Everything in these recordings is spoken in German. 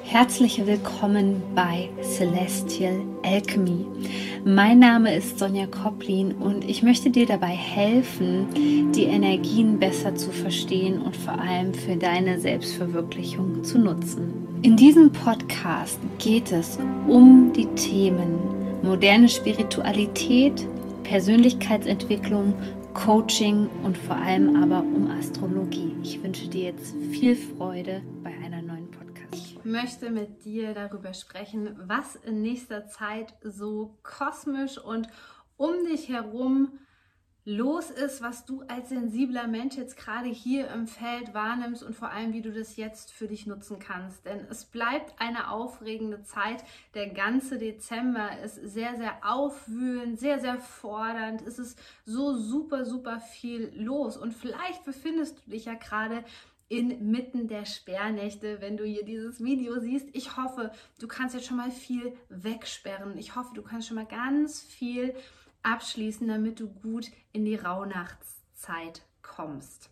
Herzlich willkommen bei Celestial Alchemy. Mein Name ist Sonja Koplin und ich möchte dir dabei helfen, die Energien besser zu verstehen und vor allem für deine Selbstverwirklichung zu nutzen. In diesem Podcast geht es um die Themen moderne Spiritualität, Persönlichkeitsentwicklung, Coaching und vor allem aber um Astrologie. Ich wünsche dir jetzt viel Freude bei einer neuen Podcast. Ich möchte mit dir darüber sprechen, was in nächster Zeit so kosmisch und um dich herum los ist, was du als sensibler Mensch jetzt gerade hier im Feld wahrnimmst und vor allem, wie du das jetzt für dich nutzen kannst. Denn es bleibt eine aufregende Zeit. Der ganze Dezember ist sehr, sehr aufwühlend, sehr, sehr fordernd. Es ist so super, super viel los. Und vielleicht befindest du dich ja gerade inmitten der Sperrnächte, wenn du hier dieses Video siehst. Ich hoffe, du kannst jetzt schon mal viel wegsperren. Ich hoffe, du kannst schon mal ganz viel abschließen, damit du gut in die Rauhnachtszeit kommst.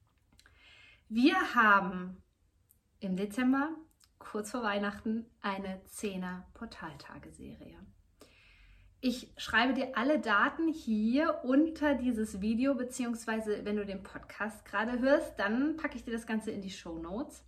Wir haben im Dezember, kurz vor Weihnachten, eine 10er Portaltageserie. Ich schreibe dir alle Daten hier unter dieses Video, beziehungsweise wenn du den Podcast gerade hörst, dann packe ich dir das Ganze in die Shownotes.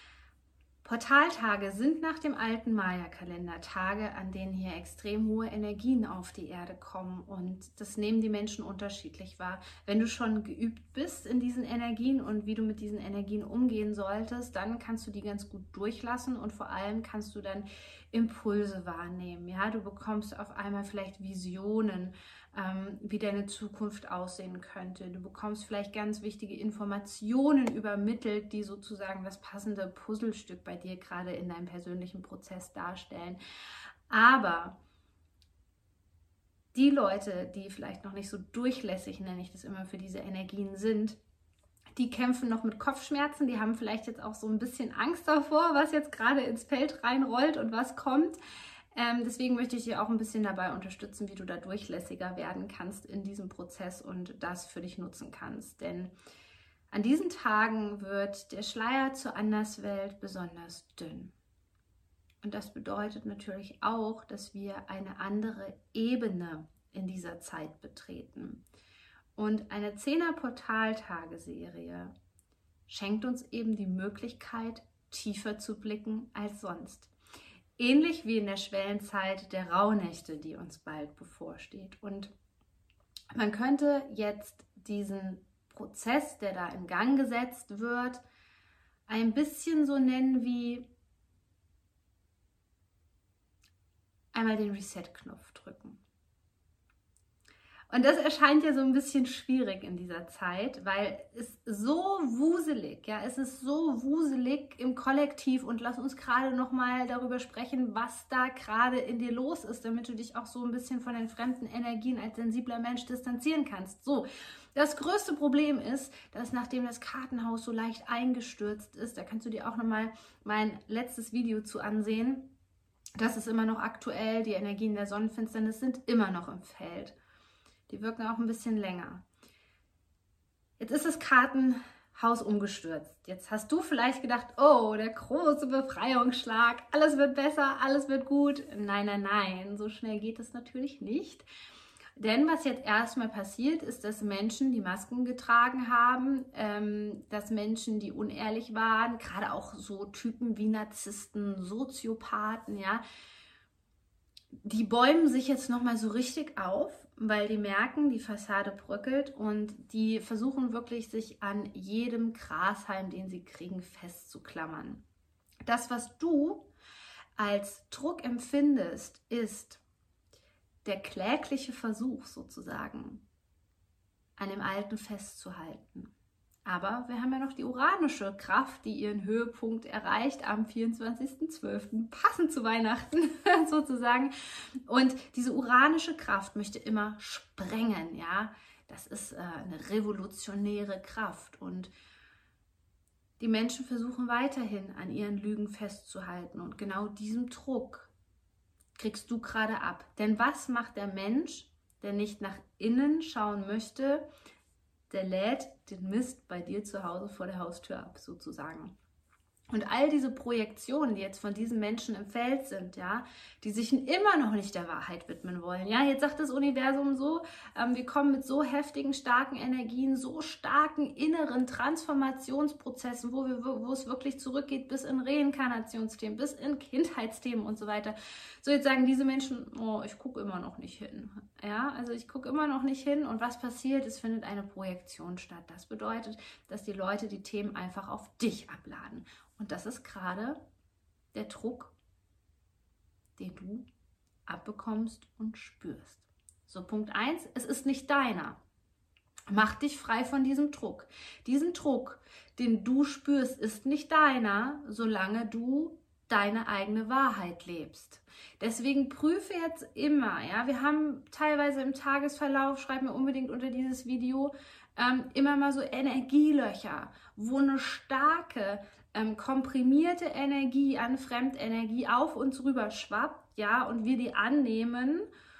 Portaltage sind nach dem alten Maya-Kalender Tage, an denen hier extrem hohe Energien auf die Erde kommen, und das nehmen die Menschen unterschiedlich wahr. Wenn du schon geübt bist in diesen Energien und wie du mit diesen Energien umgehen solltest, dann kannst du die ganz gut durchlassen und vor allem kannst du dann Impulse wahrnehmen. Ja, du bekommst auf einmal vielleicht Visionen, wie deine Zukunft aussehen könnte. Du bekommst vielleicht ganz wichtige Informationen übermittelt, die sozusagen das passende Puzzlestück bei dir gerade in deinem persönlichen Prozess darstellen. Aber die Leute, die vielleicht noch nicht so durchlässig, nenne ich das immer, für diese Energien sind, die kämpfen noch mit Kopfschmerzen, die haben vielleicht jetzt auch so ein bisschen Angst davor, was jetzt gerade ins Feld reinrollt und was kommt. Deswegen möchte ich dir auch ein bisschen dabei unterstützen, wie du da durchlässiger werden kannst in diesem Prozess und das für dich nutzen kannst. Denn an diesen Tagen wird der Schleier zur Anderswelt besonders dünn. Und das bedeutet natürlich auch, dass wir eine andere Ebene in dieser Zeit betreten. Und eine 10er Portaltageserie schenkt uns eben die Möglichkeit, tiefer zu blicken als sonst. Ähnlich wie in der Schwellenzeit der Rauhnächte, die uns bald bevorsteht. Und man könnte jetzt diesen Prozess, der da in Gang gesetzt wird, ein bisschen so nennen wie einmal den Reset-Knopf drücken. Und das erscheint ja so ein bisschen schwierig in dieser Zeit, weil es so wuselig, ja, es ist so wuselig im Kollektiv, und lass uns gerade noch mal darüber sprechen, was da gerade in dir los ist, damit du dich auch so ein bisschen von den fremden Energien als sensibler Mensch distanzieren kannst. So, das größte Problem ist, dass nachdem das Kartenhaus so leicht eingestürzt ist, da kannst du dir auch noch mal mein letztes Video zu ansehen, das ist immer noch aktuell, die Energien der Sonnenfinsternis sind immer noch im Feld. Die wirken auch ein bisschen länger. Jetzt ist das Kartenhaus umgestürzt. Jetzt hast du vielleicht gedacht, oh, der große Befreiungsschlag, alles wird besser, alles wird gut. Nein, nein, nein, so schnell geht es natürlich nicht. Denn was jetzt erstmal passiert, ist, dass Menschen, die Masken getragen haben, dass Menschen, die unehrlich waren, gerade auch so Typen wie Narzissten, Soziopathen, ja, die bäumen sich jetzt nochmal so richtig auf, weil die merken, die Fassade bröckelt, und die versuchen wirklich, sich an jedem Grashalm, den sie kriegen, festzuklammern. Das, was du als Druck empfindest, ist der klägliche Versuch sozusagen, an dem Alten festzuhalten. Aber wir haben ja noch die uranische Kraft, die ihren Höhepunkt erreicht am 24.12., passend zu Weihnachten sozusagen. Und diese uranische Kraft möchte immer sprengen, ja. Das ist eine revolutionäre Kraft. Und die Menschen versuchen weiterhin an ihren Lügen festzuhalten. Und genau diesem Druck kriegst du gerade ab. Denn was macht der Mensch, der nicht nach innen schauen möchte? Der lädt den Mist bei dir zu Hause vor der Haustür ab, sozusagen. Und all diese Projektionen, die jetzt von diesen Menschen im Feld sind, ja, die sich immer noch nicht der Wahrheit widmen wollen. Ja, jetzt sagt das Universum so, wir kommen mit so heftigen, starken Energien, so starken inneren Transformationsprozessen, wo es wirklich zurückgeht bis in Reinkarnationsthemen, bis in Kindheitsthemen und so weiter. So, jetzt sagen diese Menschen, oh, ich gucke immer noch nicht hin. Ja, also ich gucke immer noch nicht hin und was passiert? Es findet eine Projektion statt. Das bedeutet, dass die Leute die Themen einfach auf dich abladen. Und das ist gerade der Druck, den du abbekommst und spürst. So, Punkt 1, es ist nicht deiner. Mach dich frei von diesem Druck. Diesen Druck, den du spürst, ist nicht deiner, solange du deine eigene Wahrheit lebst. Deswegen prüfe jetzt immer, ja, wir haben teilweise im Tagesverlauf, schreib mir unbedingt unter dieses Video, immer mal so Energielöcher, wo eine starke, komprimierte Energie an Fremdenergie auf uns rüber schwappt, ja, und wir die annehmen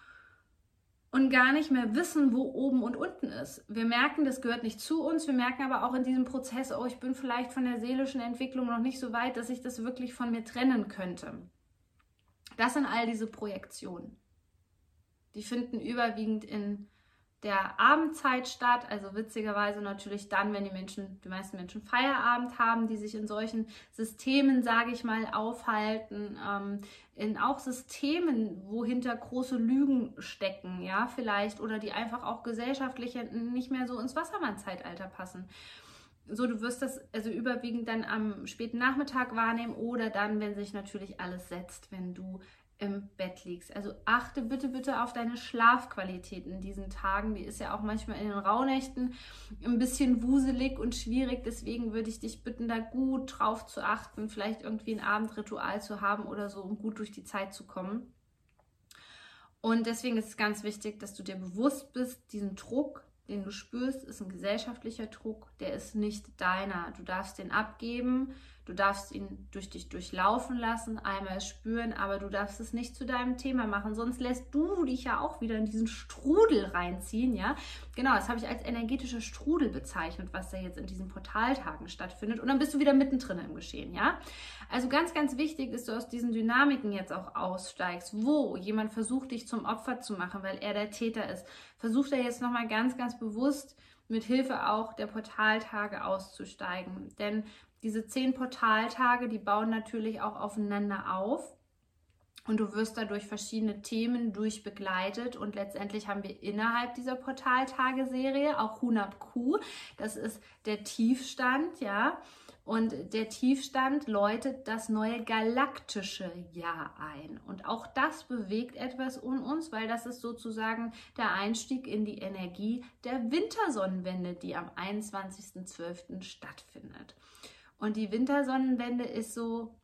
und gar nicht mehr wissen, wo oben und unten ist. Wir merken, das gehört nicht zu uns, wir merken aber auch in diesem Prozess, oh, ich bin vielleicht von der seelischen Entwicklung noch nicht so weit, dass ich das wirklich von mir trennen könnte. Das sind all diese Projektionen. Die finden überwiegend in der Abendzeit statt, also witzigerweise natürlich dann, wenn die meisten Menschen Feierabend haben, die sich in solchen Systemen, sage ich mal, aufhalten, in auch Systemen, wohinter große Lügen stecken, ja, vielleicht, oder die einfach auch gesellschaftlich nicht mehr so ins Wassermann-Zeitalter passen. So, du wirst das also überwiegend dann am späten Nachmittag wahrnehmen oder dann, wenn sich natürlich alles setzt, wenn du im Bett liegst. Also achte bitte, bitte auf deine Schlafqualität in diesen Tagen. Die ist ja auch manchmal in den Rauhnächten ein bisschen wuselig und schwierig. Deswegen würde ich dich bitten, da gut drauf zu achten, vielleicht irgendwie ein Abendritual zu haben oder so, um gut durch die Zeit zu kommen. Und deswegen ist es ganz wichtig, dass du dir bewusst bist, diesen Druck, den du spürst, ist ein gesellschaftlicher Druck, der ist nicht deiner. Du darfst den abgeben, du darfst ihn durch dich durchlaufen lassen, einmal spüren, aber du darfst es nicht zu deinem Thema machen, sonst lässt du dich ja auch wieder in diesen Strudel reinziehen, ja. Genau, das habe ich als energetischer Strudel bezeichnet, was da jetzt in diesen Portaltagen stattfindet und dann bist du wieder mittendrin im Geschehen, ja. Also ganz, ganz wichtig ist, dass du aus diesen Dynamiken jetzt auch aussteigst, wo jemand versucht, dich zum Opfer zu machen, weil er der Täter ist. Versuch da jetzt nochmal ganz, ganz bewusst mit Hilfe auch der Portaltage auszusteigen. Denn diese 10 Portaltage, die bauen natürlich auch aufeinander auf. Und du wirst dadurch verschiedene Themen durchbegleitet und letztendlich haben wir innerhalb dieser Portaltage-Serie auch Hunab Ku, das ist der Tiefstand, ja. Und der Tiefstand läutet das neue galaktische Jahr ein. Und auch das bewegt etwas in uns, weil das ist sozusagen der Einstieg in die Energie der Wintersonnenwende, die am 21.12. stattfindet. Und die Wintersonnenwende ist so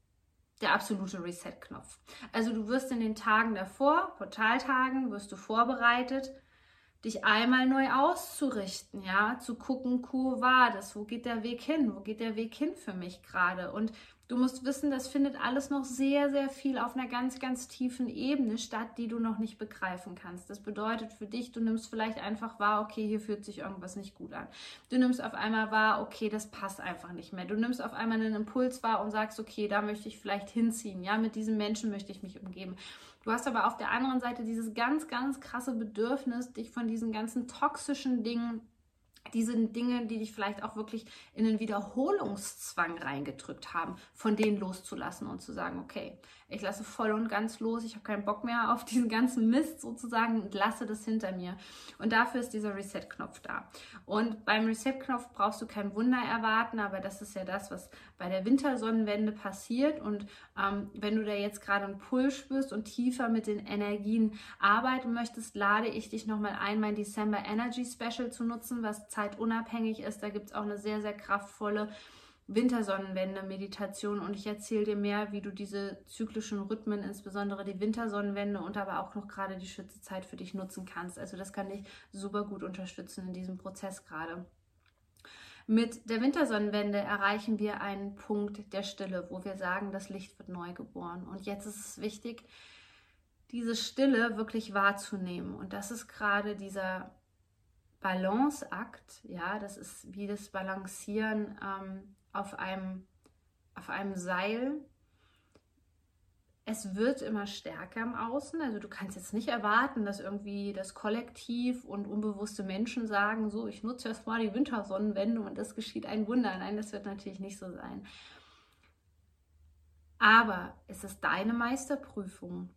der absolute Reset-Knopf. Also du wirst in den Tagen davor, Portaltagen, wirst du vorbereitet, dich einmal neu auszurichten, ja, zu gucken, Quo Vadis, wo geht der Weg hin? Wo geht der Weg hin für mich gerade? Und du musst wissen, das findet alles noch sehr, sehr viel auf einer ganz, ganz tiefen Ebene statt, die du noch nicht begreifen kannst. Das bedeutet für dich, du nimmst vielleicht einfach wahr, okay, hier fühlt sich irgendwas nicht gut an. Du nimmst auf einmal wahr, okay, das passt einfach nicht mehr. Du nimmst auf einmal einen Impuls wahr und sagst, okay, da möchte ich vielleicht hinziehen, ja, mit diesem Menschen möchte ich mich umgeben. Du hast aber auf der anderen Seite dieses ganz, ganz krasse Bedürfnis, dich von diesen ganzen toxischen Dingen, diese Dinge, die dich vielleicht auch wirklich in den Wiederholungszwang reingedrückt haben, von denen loszulassen und zu sagen, okay, ich lasse voll und ganz los, ich habe keinen Bock mehr auf diesen ganzen Mist sozusagen und lasse das hinter mir. Und dafür ist dieser Reset-Knopf da. Und beim Reset-Knopf brauchst du kein Wunder erwarten, aber das ist ja das, was bei der Wintersonnenwende passiert. Und wenn du da jetzt gerade einen Puls spürst und tiefer mit den Energien arbeiten möchtest, lade ich dich nochmal ein, mein December Energy Special zu nutzen, was zeitunabhängig ist. Da gibt es auch eine sehr, sehr kraftvolle Wintersonnenwende-Meditation und ich erzähle dir mehr, wie du diese zyklischen Rhythmen, insbesondere die Wintersonnenwende und aber auch noch gerade die Schützezeit für dich nutzen kannst. Also das kann dich super gut unterstützen in diesem Prozess gerade. Mit der Wintersonnenwende erreichen wir einen Punkt der Stille, wo wir sagen, das Licht wird neu geboren. Und jetzt ist es wichtig, diese Stille wirklich wahrzunehmen. Und das ist gerade dieser Balanceakt, ja, das ist wie das Balancieren auf einem auf einem Seil. Es wird immer stärker im Außen, also du kannst jetzt nicht erwarten, dass irgendwie das Kollektiv und unbewusste Menschen sagen, so, ich nutze jetzt mal die Wintersonnenwende und es geschieht ein Wunder. Nein, das wird natürlich nicht so sein. Aber es ist deine Meisterprüfung,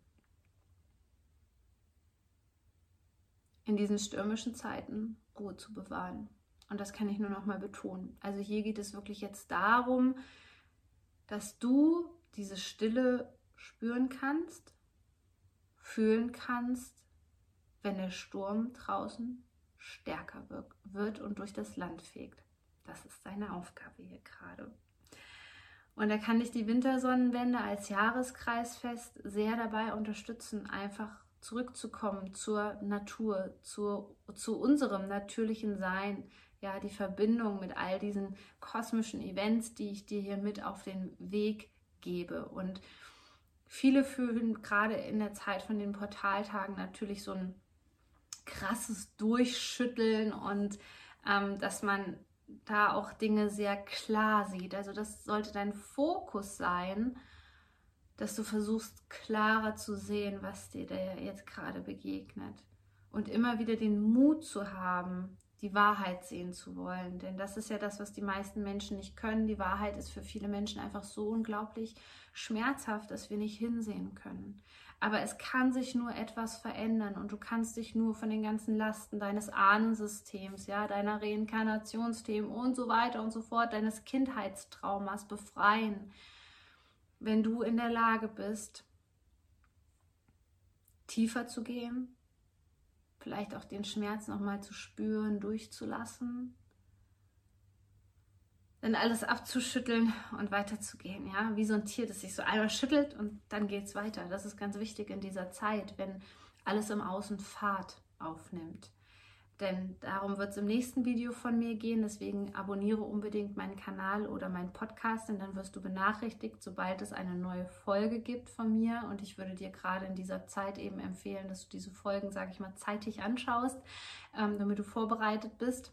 in diesen stürmischen Zeiten Ruhe zu bewahren. Und das kann ich nur noch mal betonen. Also hier geht es wirklich jetzt darum, dass du diese Stille spüren kannst, fühlen kannst, wenn der Sturm draußen stärker wird und durch das Land fegt. Das ist deine Aufgabe hier gerade. Und da kann dich die Wintersonnenwende als Jahreskreisfest sehr dabei unterstützen, einfach zurückzukommen zur Natur, zu unserem natürlichen Sein. Ja, die Verbindung mit all diesen kosmischen Events, die ich dir hier mit auf den Weg gebe. Und viele fühlen gerade in der Zeit von den Portaltagen natürlich so ein krasses Durchschütteln und dass man da auch Dinge sehr klar sieht. Also das sollte dein Fokus sein, dass du versuchst, klarer zu sehen, was dir da jetzt gerade begegnet. Und immer wieder den Mut zu haben, die Wahrheit sehen zu wollen. Denn das ist ja das, was die meisten Menschen nicht können. Die Wahrheit ist für viele Menschen einfach so unglaublich schmerzhaft, dass wir nicht hinsehen können. Aber es kann sich nur etwas verändern und du kannst dich nur von den ganzen Lasten deines Ahnensystems, ja, deiner Reinkarnationsthemen und so weiter und so fort, deines Kindheitstraumas befreien, wenn du in der Lage bist, tiefer zu gehen, vielleicht auch den Schmerz nochmal zu spüren, durchzulassen, dann alles abzuschütteln und weiterzugehen, ja, wie so ein Tier, das sich so einmal schüttelt und dann geht es weiter. Das ist ganz wichtig in dieser Zeit, wenn alles im Außen Fahrt aufnimmt. Denn darum wird es im nächsten Video von mir gehen, deswegen abonniere unbedingt meinen Kanal oder meinen Podcast, denn dann wirst du benachrichtigt, sobald es eine neue Folge gibt von mir. Und ich würde dir gerade in dieser Zeit eben empfehlen, dass du diese Folgen, sage ich mal, zeitig anschaust, damit du vorbereitet bist.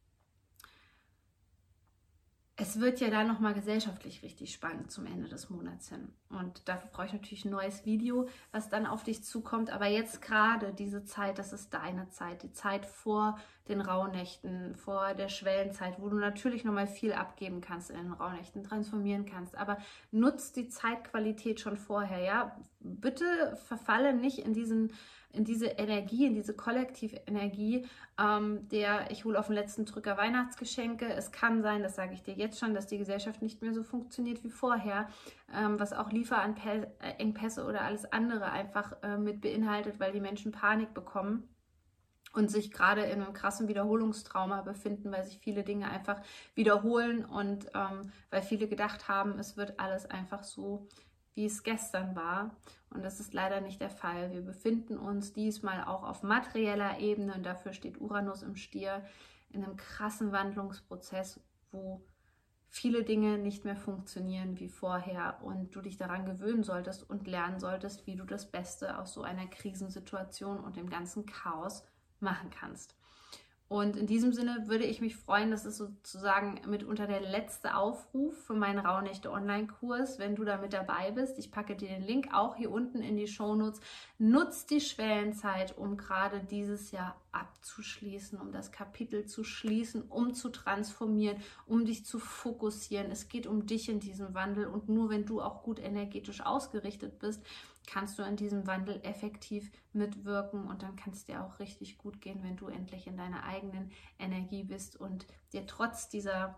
Es wird ja dann nochmal gesellschaftlich richtig spannend zum Ende des Monats hin. Und dafür brauche ich natürlich ein neues Video, was dann auf dich zukommt. Aber jetzt gerade diese Zeit, das ist deine Zeit. Die Zeit vor den Rauhnächten, vor der Schwellenzeit, wo du natürlich nochmal viel abgeben kannst in den Rauhnächten, transformieren kannst. Aber nutzt die Zeitqualität schon vorher, ja. Bitte verfalle nicht in diese Energie, in diese Kollektivenergie, ich hole auf den letzten Drücker Weihnachtsgeschenke. Es kann sein, das sage ich dir jetzt schon, dass die Gesellschaft nicht mehr so funktioniert wie vorher, was auch Lieferengpässe oder alles andere einfach mit beinhaltet, weil die Menschen Panik bekommen und sich gerade in einem krassen Wiederholungstrauma befinden, weil sich viele Dinge einfach wiederholen und weil viele gedacht haben, es wird alles einfach so, wie es gestern war. Und das ist leider nicht der Fall. Wir befinden uns diesmal auch auf materieller Ebene und dafür steht Uranus im Stier in einem krassen Wandlungsprozess, wo viele Dinge nicht mehr funktionieren wie vorher und du dich daran gewöhnen solltest und lernen solltest, wie du das Beste aus so einer Krisensituation und dem ganzen Chaos machen kannst. Und in diesem Sinne würde ich mich freuen, das ist sozusagen mitunter der letzte Aufruf für meinen Rauhnächte-Online-Kurs, wenn du da mit dabei bist. Ich packe dir den Link auch hier unten in die Shownotes. Nutz die Schwellenzeit, um gerade dieses Jahr abzuschließen, um das Kapitel zu schließen, um zu transformieren, um dich zu fokussieren. Es geht um dich in diesem Wandel und nur wenn du auch gut energetisch ausgerichtet bist, kannst du an diesem Wandel effektiv mitwirken und dann kann es dir auch richtig gut gehen, wenn du endlich in deiner eigenen Energie bist und dir trotz dieser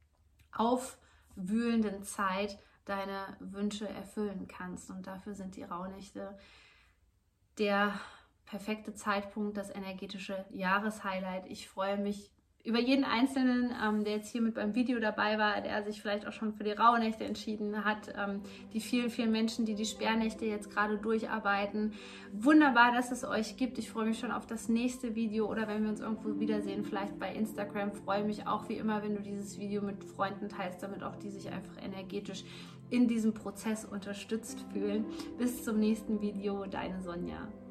aufwühlenden Zeit deine Wünsche erfüllen kannst. Und dafür sind die Rauhnächte der perfekte Zeitpunkt, das energetische Jahreshighlight. Ich freue mich über jeden Einzelnen, der jetzt hier mit beim Video dabei war, der sich vielleicht auch schon für die Rauhnächte entschieden hat, die vielen, vielen Menschen, die die Sperrnächte jetzt gerade durcharbeiten. Wunderbar, dass es euch gibt. Ich freue mich schon auf das nächste Video oder wenn wir uns irgendwo wiedersehen, vielleicht bei Instagram. Freue mich auch wie immer, wenn du dieses Video mit Freunden teilst, damit auch die sich einfach energetisch in diesem Prozess unterstützt fühlen. Bis zum nächsten Video, deine Sonja.